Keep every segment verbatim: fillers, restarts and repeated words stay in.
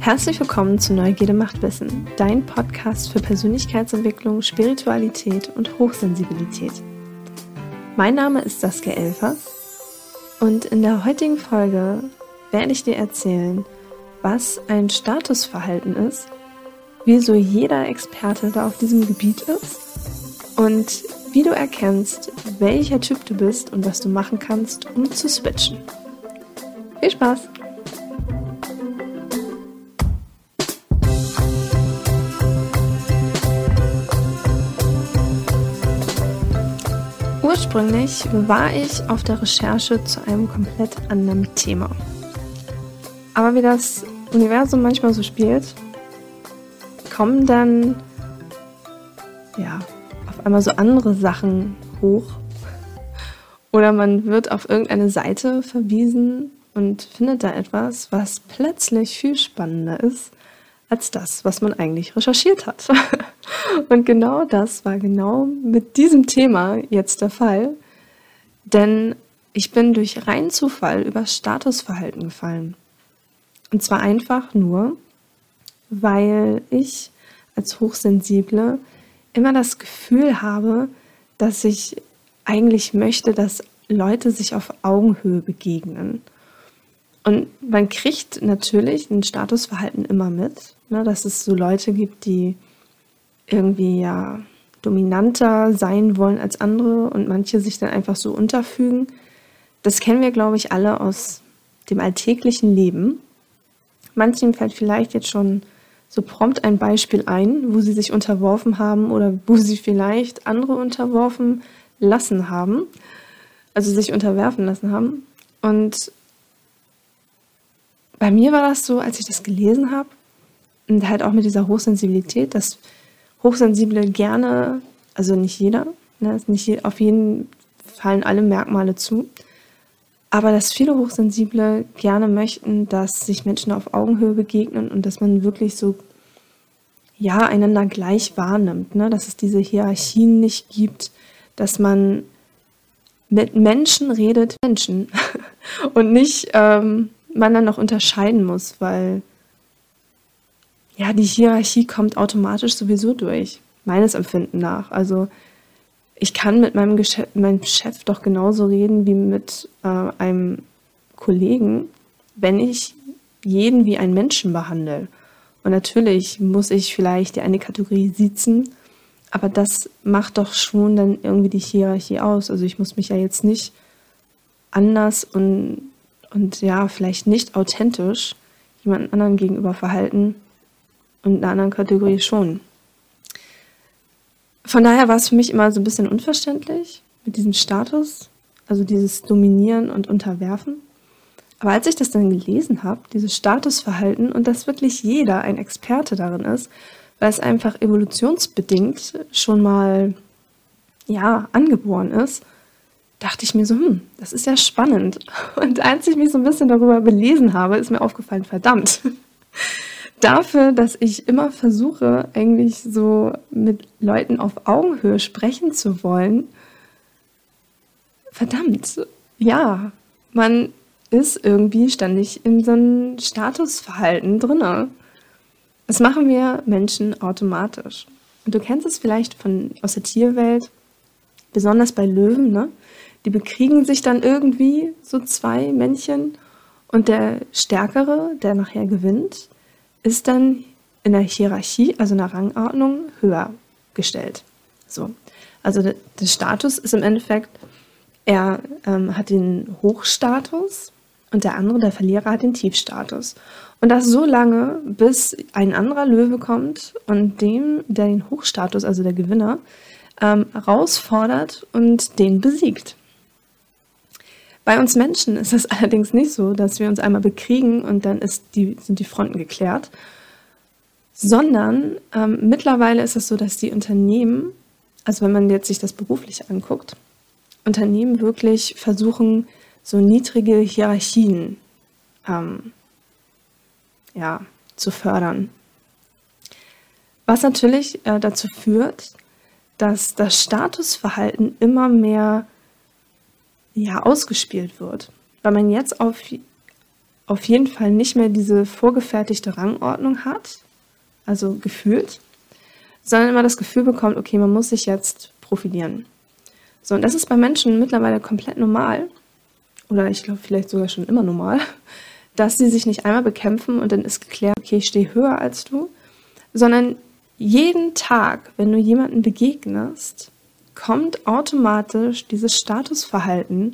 Herzlich willkommen zu Neugierde macht Wissen, dein Podcast für Persönlichkeitsentwicklung, Spiritualität und Hochsensibilität. Mein Name ist Saskia Elfers und in der heutigen Folge werde ich dir erzählen, was ein Statusverhalten ist, wieso jeder Experte da auf diesem Gebiet ist und wie du erkennst, welcher Typ du bist und was du machen kannst, um zu switchen. Viel Spaß! Ursprünglich war ich auf der Recherche zu einem komplett anderen Thema. Aber wie das Universum manchmal so spielt, kommen dann ja auf einmal so andere Sachen hoch. Oder man wird auf irgendeine Seite verwiesen und findet da etwas, was plötzlich viel spannender ist als das, was man eigentlich recherchiert hat. Und genau das war genau mit diesem Thema jetzt der Fall, denn ich bin durch reinen Zufall über Statusverhalten gefallen. Und zwar einfach nur, weil ich als Hochsensible immer das Gefühl habe, dass ich eigentlich möchte, dass Leute sich auf Augenhöhe begegnen. Und man kriegt natürlich ein Statusverhalten immer mit, ne, dass es so Leute gibt, die irgendwie ja dominanter sein wollen als andere und manche sich dann einfach so unterfügen. Das kennen wir, glaube ich, alle aus dem alltäglichen Leben. Manchen fällt vielleicht jetzt schon so prompt ein Beispiel ein, wo sie sich unterworfen haben oder wo sie vielleicht andere unterworfen lassen haben, also sich unterwerfen lassen haben. Und bei mir war das so, als ich das gelesen habe und halt auch mit dieser Hochsensibilität, dass Hochsensible gerne, also nicht jeder, ne, nicht auf jeden fallen alle Merkmale zu, aber dass viele Hochsensible gerne möchten, dass sich Menschen auf Augenhöhe begegnen und dass man wirklich so, ja, einander gleich wahrnimmt, ne, dass es diese Hierarchien nicht gibt, dass man mit Menschen redet, Menschen und nicht ähm, man dann noch unterscheiden muss, weil ja, die Hierarchie kommt automatisch sowieso durch, meines Empfinden nach. Also ich kann mit meinem, Geschäft, meinem Chef doch genauso reden wie mit äh, einem Kollegen, wenn ich jeden wie einen Menschen behandle. Und natürlich muss ich vielleicht die eine Kategorie siezen, aber das macht doch schon dann irgendwie die Hierarchie aus. Also ich muss mich ja jetzt nicht anders und, und ja, vielleicht nicht authentisch jemand anderen gegenüber verhalten, und in einer anderen Kategorie schon. Von daher war es für mich immer so ein bisschen unverständlich mit diesem Status, also dieses Dominieren und Unterwerfen. Aber als ich das dann gelesen habe, dieses Statusverhalten und dass wirklich jeder ein Experte darin ist, weil es einfach evolutionsbedingt schon mal ja, angeboren ist, dachte ich mir so, hm, das ist ja spannend. Und als ich mich so ein bisschen darüber belesen habe, ist mir aufgefallen, verdammt, dafür, dass ich immer versuche, eigentlich so mit Leuten auf Augenhöhe sprechen zu wollen, verdammt, ja, man ist irgendwie ständig in so einem Statusverhalten drin. Das machen wir Menschen automatisch. Und du kennst es vielleicht von, aus der Tierwelt, besonders bei Löwen, ne? Die bekriegen sich dann irgendwie, so zwei Männchen, und der Stärkere, der nachher gewinnt, ist dann in der Hierarchie, also in der Rangordnung, höher gestellt. So. Also der, der Status ist im Endeffekt, er ähm, hat den Hochstatus und der andere, der Verlierer, hat den Tiefstatus. Und das so lange, bis ein anderer Löwe kommt und dem, der den Hochstatus, also der Gewinner, ähm, herausfordert und den besiegt. Bei uns Menschen ist es allerdings nicht so, dass wir uns einmal bekriegen und dann ist die, sind die Fronten geklärt, sondern ähm, mittlerweile ist es so, dass die Unternehmen, also wenn man jetzt sich das beruflich anguckt, Unternehmen wirklich versuchen, so niedrige Hierarchien ähm, ja, zu fördern. Was natürlich äh, dazu führt, dass das Statusverhalten immer mehr ja, ausgespielt wird. Weil man jetzt auf auf jeden Fall nicht mehr diese vorgefertigte Rangordnung hat, also gefühlt, sondern immer das Gefühl bekommt, okay, man muss sich jetzt profilieren. So, und das ist bei Menschen mittlerweile komplett normal, oder ich glaube vielleicht sogar schon immer normal, dass sie sich nicht einmal bekämpfen und dann ist geklärt, okay, ich stehe höher als du, sondern jeden Tag, wenn du jemanden begegnest, kommt automatisch dieses Statusverhalten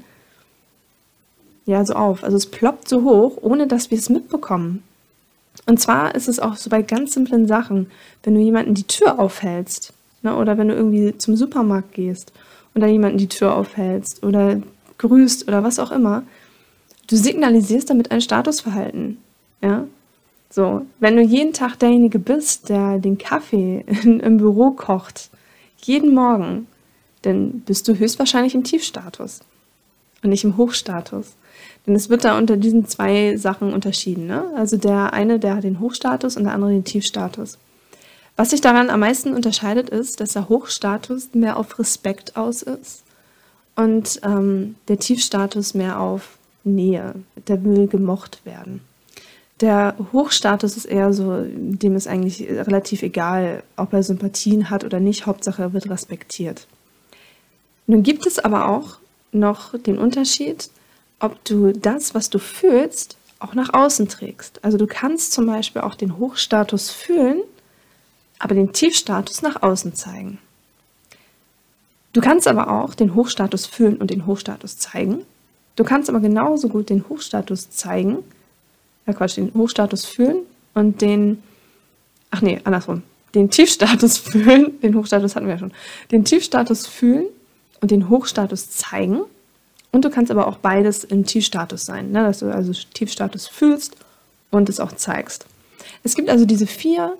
ja so auf. Also es ploppt so hoch, ohne dass wir es mitbekommen. Und zwar ist es auch so bei ganz simplen Sachen, wenn du jemanden die Tür aufhältst, ne, oder wenn du irgendwie zum Supermarkt gehst und da jemanden die Tür aufhältst oder grüßt oder was auch immer, du signalisierst damit ein Statusverhalten. Ja? So, wenn du jeden Tag derjenige bist, der den Kaffee in, im Büro kocht, jeden Morgen, dann bist du höchstwahrscheinlich im Tiefstatus und nicht im Hochstatus. Denn es wird da unter diesen zwei Sachen unterschieden. Ne? Also der eine, der hat den Hochstatus und der andere den Tiefstatus. Was sich daran am meisten unterscheidet, ist, dass der Hochstatus mehr auf Respekt aus ist und ähm, der Tiefstatus mehr auf Nähe. Der will gemocht werden. Der Hochstatus ist eher so, dem ist eigentlich relativ egal, ob er Sympathien hat oder nicht. Hauptsache, er wird respektiert. Nun gibt es aber auch noch den Unterschied, ob du das, was du fühlst, auch nach außen trägst. Also du kannst zum Beispiel auch den Hochstatus fühlen, aber den Tiefstatus nach außen zeigen. Du kannst aber auch den Hochstatus fühlen und den Hochstatus zeigen. Du kannst aber genauso gut den Hochstatus zeigen, ja Quatsch, den Hochstatus fühlen und den, ach nee, andersrum, den Tiefstatus fühlen, den Hochstatus hatten wir ja schon, den Tiefstatus fühlen und den Hochstatus zeigen. Und du kannst aber auch beides im Tiefstatus sein, ne? Dass du also Tiefstatus fühlst und es auch zeigst. Es gibt also diese vier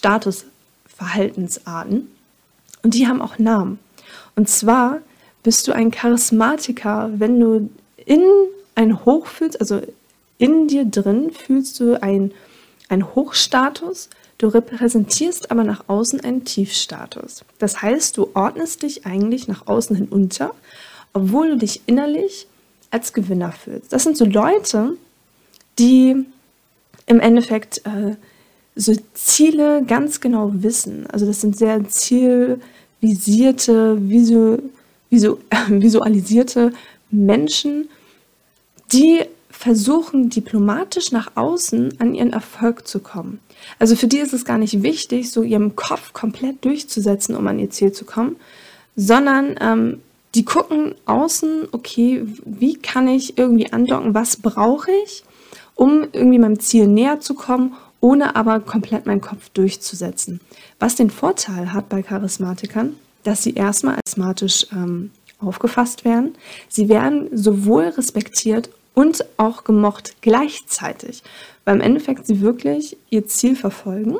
Statusverhaltensarten und die haben auch Namen. Und zwar bist du ein Charismatiker, wenn du in ein Hoch fühlst, also in dir drin fühlst du ein, ein Hochstatus, du repräsentierst aber nach außen einen Tiefstatus. Das heißt, du ordnest dich eigentlich nach außen hin unter, obwohl du dich innerlich als Gewinner fühlst. Das sind so Leute, die im Endeffekt äh, so Ziele ganz genau wissen. Also das sind sehr zielvisierte, visu, visu, visualisierte Menschen, die versuchen, diplomatisch nach außen an ihren Erfolg zu kommen. Also für die ist es gar nicht wichtig, so ihren Kopf komplett durchzusetzen, um an ihr Ziel zu kommen, sondern ähm, die gucken außen, okay, wie kann ich irgendwie andocken, was brauche ich, um irgendwie meinem Ziel näher zu kommen, ohne aber komplett meinen Kopf durchzusetzen. Was den Vorteil hat bei Charismatikern, dass sie erstmal als charismatisch ähm, aufgefasst werden. Sie werden sowohl respektiert und auch gemocht gleichzeitig, weil im Endeffekt sie wirklich ihr Ziel verfolgen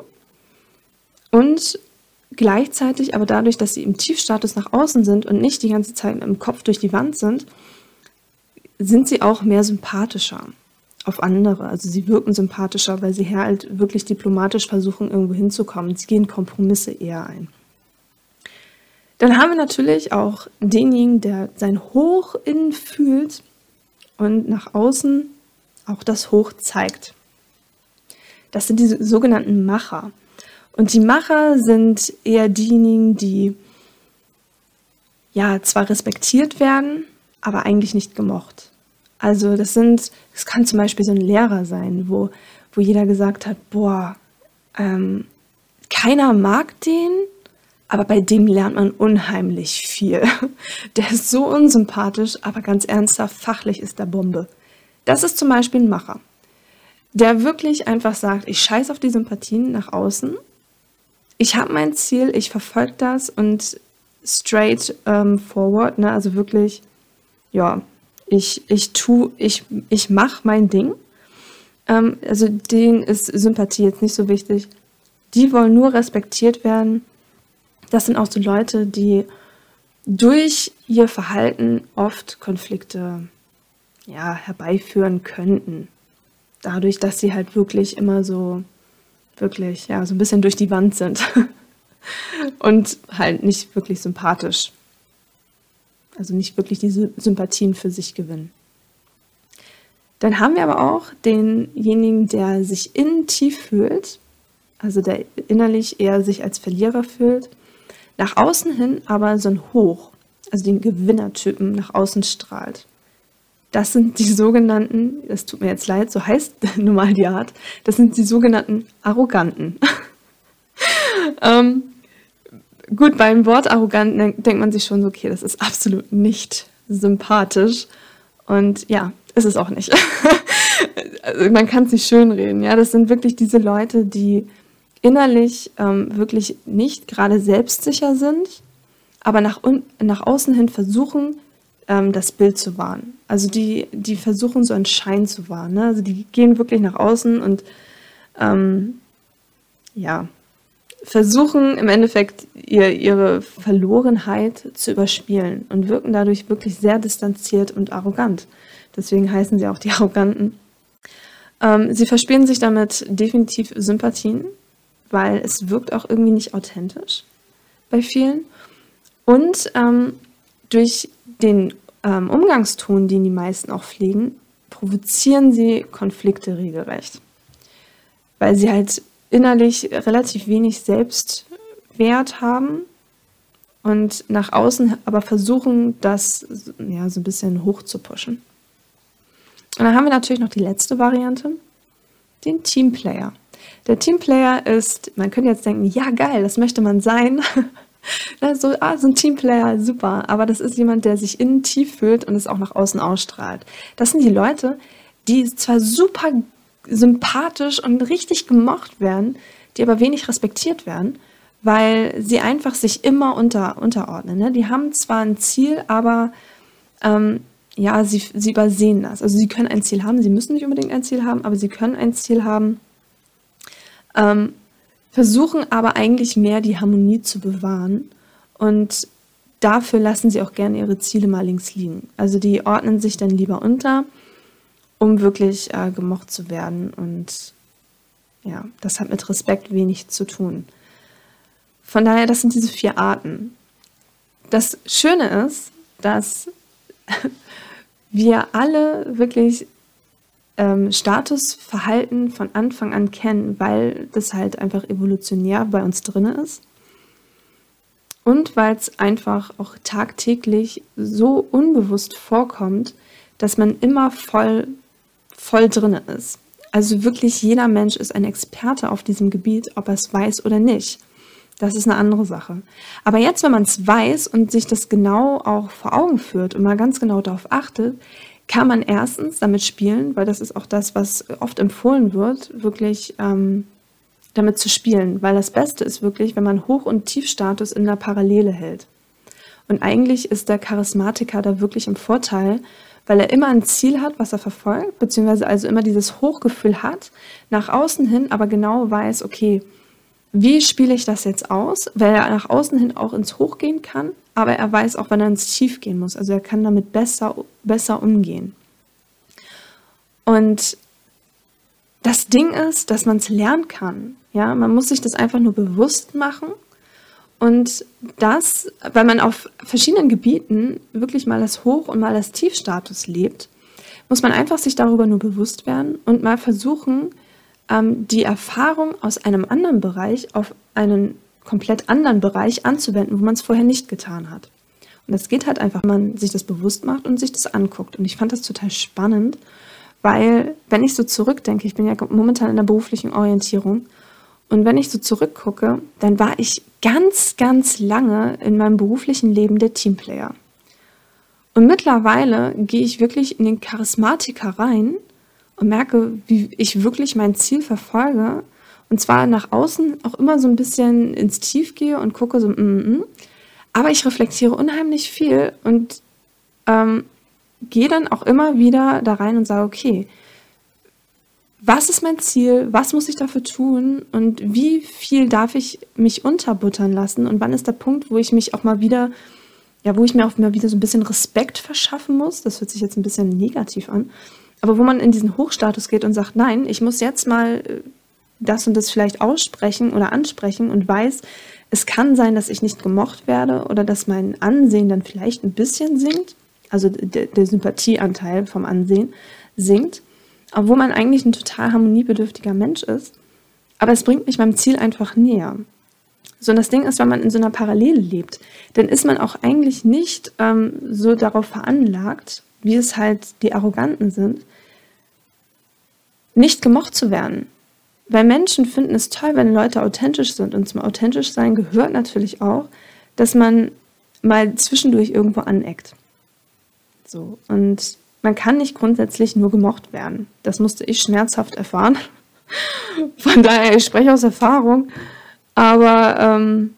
und gleichzeitig aber dadurch, dass sie im Tiefstatus nach außen sind und nicht die ganze Zeit im Kopf durch die Wand sind, sind sie auch mehr sympathischer auf andere. Also sie wirken sympathischer, weil sie halt wirklich diplomatisch versuchen, irgendwo hinzukommen. Sie gehen Kompromisse eher ein. Dann haben wir natürlich auch denjenigen, der sein Hoch innen fühlt und nach außen auch das Hoch zeigt. Das sind die sogenannten Macher. Und die Macher sind eher diejenigen, die ja zwar respektiert werden, aber eigentlich nicht gemocht. Also das sind, es kann zum Beispiel so ein Lehrer sein, wo, wo jeder gesagt hat, boah, ähm, keiner mag den, aber bei dem lernt man unheimlich viel. Der ist so unsympathisch, aber ganz ernsthaft, fachlich ist der Bombe. Das ist zum Beispiel ein Macher, der wirklich einfach sagt, ich scheiß auf die Sympathien nach außen, ich habe mein Ziel, ich verfolge das und straight ähm, forward, ne? Also wirklich, ja, ich, ich tu, ich, ich mache mein Ding. Ähm, also denen ist Sympathie jetzt nicht so wichtig. Die wollen nur respektiert werden. Das sind auch so Leute, die durch ihr Verhalten oft Konflikte ja, herbeiführen könnten. Dadurch, dass sie halt wirklich immer so wirklich, ja, so ein bisschen durch die Wand sind und halt nicht wirklich sympathisch. Also nicht wirklich diese Sympathien für sich gewinnen. Dann haben wir aber auch denjenigen, der sich innen tief fühlt, also der innerlich eher sich als Verlierer fühlt, nach außen hin aber so ein Hoch, also den Gewinnertypen nach außen strahlt. Das sind die sogenannten, das tut mir jetzt leid, so heißt nun mal die Art, das sind die sogenannten Arroganten. ähm, gut, beim Wort arrogant denkt man sich schon so, okay, das ist absolut nicht sympathisch. Und ja, ist es auch nicht. Also man kann es nicht schönreden. Ja? Das sind wirklich diese Leute, die innerlich ähm, wirklich nicht gerade selbstsicher sind, aber nach, un- nach außen hin versuchen, ähm, das Bild zu wahren. Also die, die versuchen so einen Schein zu wahren. Ne? Also die gehen wirklich nach außen und ähm, ja, versuchen im Endeffekt ihr, ihre Verlorenheit zu überspielen und wirken dadurch wirklich sehr distanziert und arrogant. Deswegen heißen sie auch die Arroganten. Ähm, sie verspielen sich damit definitiv Sympathien, weil es wirkt auch irgendwie nicht authentisch bei vielen. Und ähm, durch den ähm, Umgangston, den die meisten auch pflegen, provozieren sie Konflikte regelrecht. Weil sie halt innerlich relativ wenig Selbstwert haben und nach außen aber versuchen, das ja, so ein bisschen hoch zu pushen. Und dann haben wir natürlich noch die letzte Variante, den Teamplayer. Der Teamplayer ist, man könnte jetzt denken, ja geil, das möchte man sein. so, ah, so ein Teamplayer, super. Aber das ist jemand, der sich innen tief fühlt und es auch nach außen ausstrahlt. Das sind die Leute, die zwar super sympathisch und richtig gemocht werden, die aber wenig respektiert werden, weil sie einfach sich immer unter, unterordnen. Ne? Die haben zwar ein Ziel, aber ähm, ja, sie, sie übersehen das. Also sie können ein Ziel haben, sie müssen nicht unbedingt ein Ziel haben, aber sie können ein Ziel haben, ähm, versuchen aber eigentlich mehr die Harmonie zu bewahren und dafür lassen sie auch gerne ihre Ziele mal links liegen. Also die ordnen sich dann lieber unter, um wirklich äh, gemocht zu werden und ja, das hat mit Respekt wenig zu tun. Von daher, das sind diese vier Arten. Das Schöne ist, dass wir alle wirklich ähm, Statusverhalten von Anfang an kennen, weil das halt einfach evolutionär bei uns drin ist und weil es einfach auch tagtäglich so unbewusst vorkommt, dass man immer voll, voll drin ist. Also wirklich jeder Mensch ist ein Experte auf diesem Gebiet, ob er es weiß oder nicht. Das ist eine andere Sache. Aber jetzt, wenn man es weiß und sich das genau auch vor Augen führt und mal ganz genau darauf achtet, kann man erstens damit spielen, weil das ist auch das, was oft empfohlen wird, wirklich ähm, damit zu spielen. Weil das Beste ist wirklich, wenn man Hoch- und Tiefstatus in der Parallele hält. Und eigentlich ist der Charismatiker da wirklich im Vorteil, weil er immer ein Ziel hat, was er verfolgt, beziehungsweise also immer dieses Hochgefühl hat, nach außen hin aber genau weiß, okay, wie spiele ich das jetzt aus? Weil er nach außen hin auch ins Hoch gehen kann, aber er weiß auch, wann er ins Tief gehen muss. Also er kann damit besser, besser umgehen. Und das Ding ist, dass man es lernen kann. Ja? Man muss sich das einfach nur bewusst machen. Und das, weil man auf verschiedenen Gebieten wirklich mal das Hoch- und mal das Tiefstatus lebt, muss man einfach sich darüber nur bewusst werden und mal versuchen, die Erfahrung aus einem anderen Bereich auf einen komplett anderen Bereich anzuwenden, wo man es vorher nicht getan hat. Und das geht halt einfach, wenn man sich das bewusst macht und sich das anguckt. Und ich fand das total spannend, weil wenn ich so zurückdenke, ich bin ja momentan in der beruflichen Orientierung, und wenn ich so zurückgucke, dann war ich ganz, ganz lange in meinem beruflichen Leben der Teamplayer. Und mittlerweile gehe ich wirklich in den Charismatiker rein und merke, wie ich wirklich mein Ziel verfolge und zwar nach außen auch immer so ein bisschen ins Tief gehe und gucke so, mm, mm, aber ich reflektiere unheimlich viel und ähm, gehe dann auch immer wieder da rein und sage, okay, was ist mein Ziel, was muss ich dafür tun und wie viel darf ich mich unterbuttern lassen und wann ist der Punkt, wo ich mich auch mal wieder, ja, wo ich mir auch mal wieder so ein bisschen Respekt verschaffen muss, das hört sich jetzt ein bisschen negativ an, aber wo man in diesen Hochstatus geht und sagt, nein, ich muss jetzt mal das und das vielleicht aussprechen oder ansprechen und weiß, es kann sein, dass ich nicht gemocht werde oder dass mein Ansehen dann vielleicht ein bisschen sinkt, also der, der Sympathieanteil vom Ansehen sinkt. obwohl man eigentlich ein total harmoniebedürftiger Mensch ist. Aber es bringt mich meinem Ziel einfach näher. So, und das Ding ist, wenn man in so einer Parallele lebt, dann ist man auch eigentlich nicht ähm, so darauf veranlagt, wie es halt die Arroganten sind, nicht gemocht zu werden. Weil Menschen finden es toll, wenn Leute authentisch sind. Und zum authentisch sein gehört natürlich auch, dass man mal zwischendurch irgendwo aneckt. So, und man kann nicht grundsätzlich nur gemocht werden. Das musste ich schmerzhaft erfahren. Von daher, ich spreche aus Erfahrung. Aber ähm,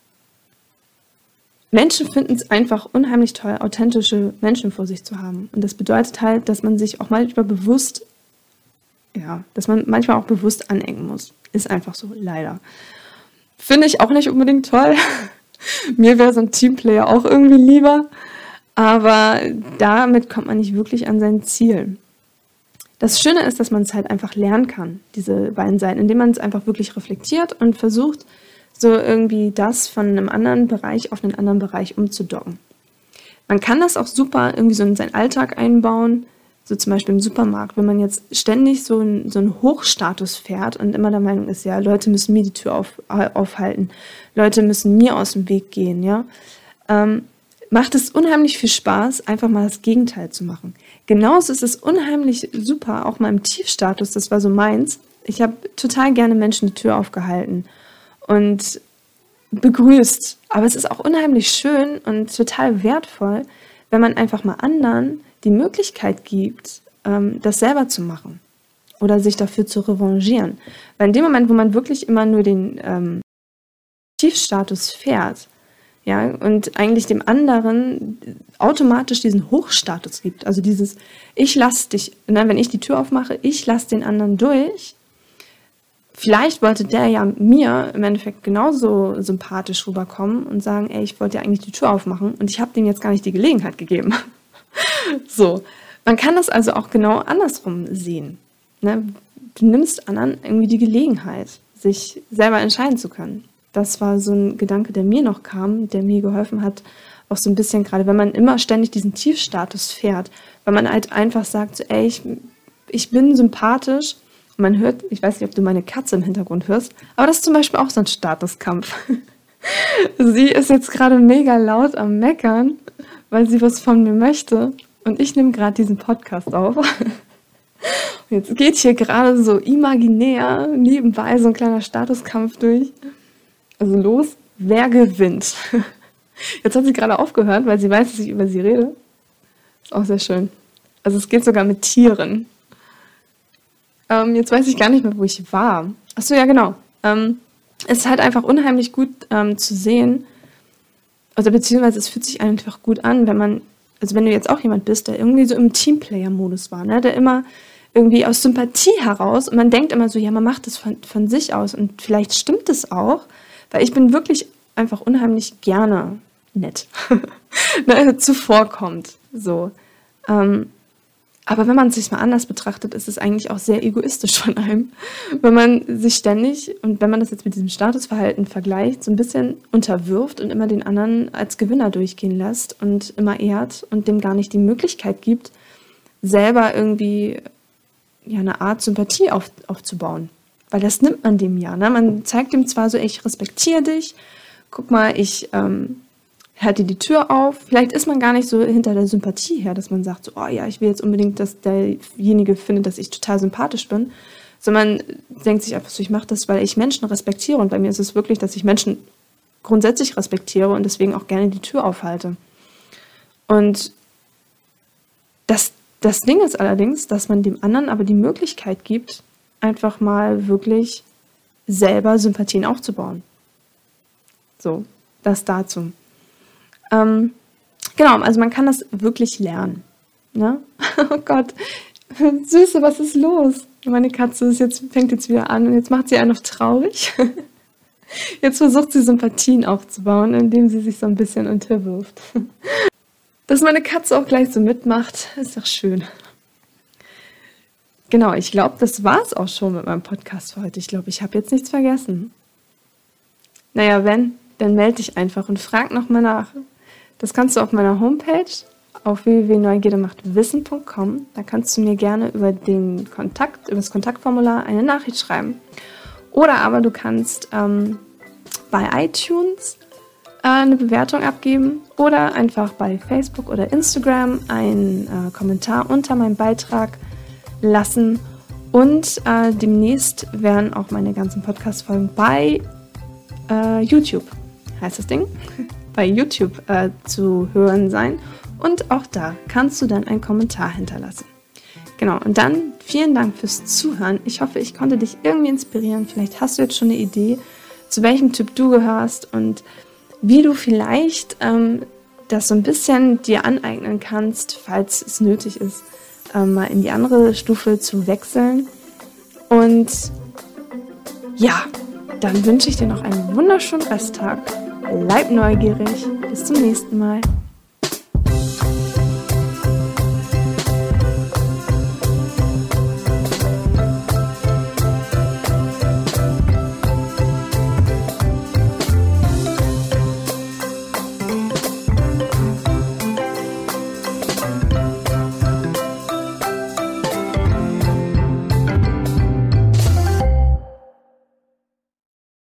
Menschen finden es einfach unheimlich toll, authentische Menschen vor sich zu haben. Und das bedeutet halt, dass man sich auch manchmal bewusst, ja, dass man manchmal auch bewusst anecken muss. Ist einfach so, leider. Finde ich auch nicht unbedingt toll. Mir wäre so ein Teamplayer auch irgendwie lieber. Aber damit kommt man nicht wirklich an sein Ziel. Das Schöne ist, dass man es halt einfach lernen kann, diese beiden Seiten, indem man es einfach wirklich reflektiert und versucht, so irgendwie das von einem anderen Bereich auf einen anderen Bereich umzudocken. Man kann das auch super irgendwie so in seinen Alltag einbauen, so zum Beispiel im Supermarkt, wenn man jetzt ständig so einen so einen Hochstatus fährt und immer der Meinung ist, ja, Leute müssen mir die Tür auf, aufhalten, Leute müssen mir aus dem Weg gehen, ja, ähm, macht es unheimlich viel Spaß, einfach mal das Gegenteil zu machen. Genauso ist es unheimlich super, auch mal im Tiefstatus, das war so meins. Ich habe total gerne Menschen die Tür aufgehalten und begrüßt. Aber es ist auch unheimlich schön und total wertvoll, wenn man einfach mal anderen die Möglichkeit gibt, das selber zu machen oder sich dafür zu revanchieren. Weil in dem Moment, wo man wirklich immer nur den ähm, Tiefstatus fährt, ja, und eigentlich dem anderen automatisch diesen Hochstatus gibt. Also dieses, ich lasse dich, ne, wenn ich die Tür aufmache, ich lasse den anderen durch. Vielleicht wollte der ja mir im Endeffekt genauso sympathisch rüberkommen und sagen, ey, ich wollte ja eigentlich die Tür aufmachen und ich habe dem jetzt gar nicht die Gelegenheit gegeben. So, man kann das also auch genau andersrum sehen. Ne? Du nimmst anderen irgendwie die Gelegenheit, sich selber entscheiden zu können. Das war so ein Gedanke, der mir noch kam, der mir geholfen hat, auch so ein bisschen, gerade wenn man immer ständig diesen Tiefstatus fährt, weil man halt einfach sagt, so, ey, ich, ich bin sympathisch. Und man hört, ich weiß nicht, ob du meine Katze im Hintergrund hörst, aber das ist zum Beispiel auch so ein Statuskampf. Sie ist jetzt gerade mega laut am Meckern, weil sie was von mir möchte. Und ich nehme gerade diesen Podcast auf. Und jetzt geht hier gerade so imaginär nebenbei so ein kleiner Statuskampf durch. Also los, wer gewinnt? Jetzt hat sie gerade aufgehört, weil sie weiß, dass ich über sie rede. Ist auch sehr schön. Also es geht sogar mit Tieren. Ähm, jetzt weiß ich gar nicht mehr, wo ich war. Achso, ja genau. Ähm, es ist halt einfach unheimlich gut ähm, zu sehen, also beziehungsweise es fühlt sich einfach gut an, wenn man, also wenn du jetzt auch jemand bist, der irgendwie so im Teamplayer-Modus war, ne, der immer irgendwie aus Sympathie heraus, und man denkt immer so, ja, man macht das von, von sich aus und vielleicht stimmt es auch, weil ich bin wirklich einfach unheimlich gerne nett, ne, zuvorkommt, so. Ähm, aber wenn man es sich mal anders betrachtet, ist es eigentlich auch sehr egoistisch von einem, wenn man sich ständig, und wenn man das jetzt mit diesem Statusverhalten vergleicht, so ein bisschen unterwirft und immer den anderen als Gewinner durchgehen lässt und immer ehrt und dem gar nicht die Möglichkeit gibt, selber irgendwie ja, eine Art Sympathie auf, aufzubauen. Weil das nimmt man dem ja. Ne? Man zeigt ihm zwar so, ich respektiere dich, guck mal, ich ähm, halte die Tür auf. Vielleicht ist man gar nicht so hinter der Sympathie her, dass man sagt, so, oh ja, ich will jetzt unbedingt, dass derjenige findet, dass ich total sympathisch bin. Sondern man denkt sich einfach so, ich mache das, weil ich Menschen respektiere. Und bei mir ist es wirklich, dass ich Menschen grundsätzlich respektiere und deswegen auch gerne die Tür aufhalte. Und das, das Ding ist allerdings, dass man dem anderen aber die Möglichkeit gibt, einfach mal wirklich selber Sympathien aufzubauen. So, das dazu. Ähm, genau, also man kann das wirklich lernen. Ne? Oh Gott, Süße, was ist los? Meine Katze ist jetzt, fängt jetzt wieder an und jetzt macht sie einen noch traurig. Jetzt versucht sie Sympathien aufzubauen, indem sie sich so ein bisschen unterwirft. Dass meine Katze auch gleich so mitmacht, ist doch schön. Genau, ich glaube, das war es auch schon mit meinem Podcast für heute. Ich glaube, ich habe jetzt nichts vergessen. Naja, wenn, dann melde dich einfach und frag nochmal nach. Das kannst du auf meiner Homepage auf w w w punkt neugierde macht wissen punkt com. Da kannst du mir gerne über den Kontakt, über das Kontaktformular eine Nachricht schreiben. Oder aber du kannst ähm, bei iTunes äh, eine Bewertung abgeben oder einfach bei Facebook oder Instagram einen äh, Kommentar unter meinem Beitrag lassen. Und äh, demnächst werden auch meine ganzen Podcast-Folgen bei äh, YouTube, heißt das Ding, bei YouTube äh, zu hören sein. Und auch da kannst du dann einen Kommentar hinterlassen. Genau, und dann vielen Dank fürs Zuhören. Ich hoffe, ich konnte dich irgendwie inspirieren. Vielleicht hast du jetzt schon eine Idee, zu welchem Typ du gehörst und wie du vielleicht ähm, das so ein bisschen dir aneignen kannst, falls es nötig ist, ähm, mal in die andere Stufe zu wechseln. Und ja, dann wünsche ich dir noch einen wunderschönen Resttag. Bleib neugierig. Bis zum nächsten Mal.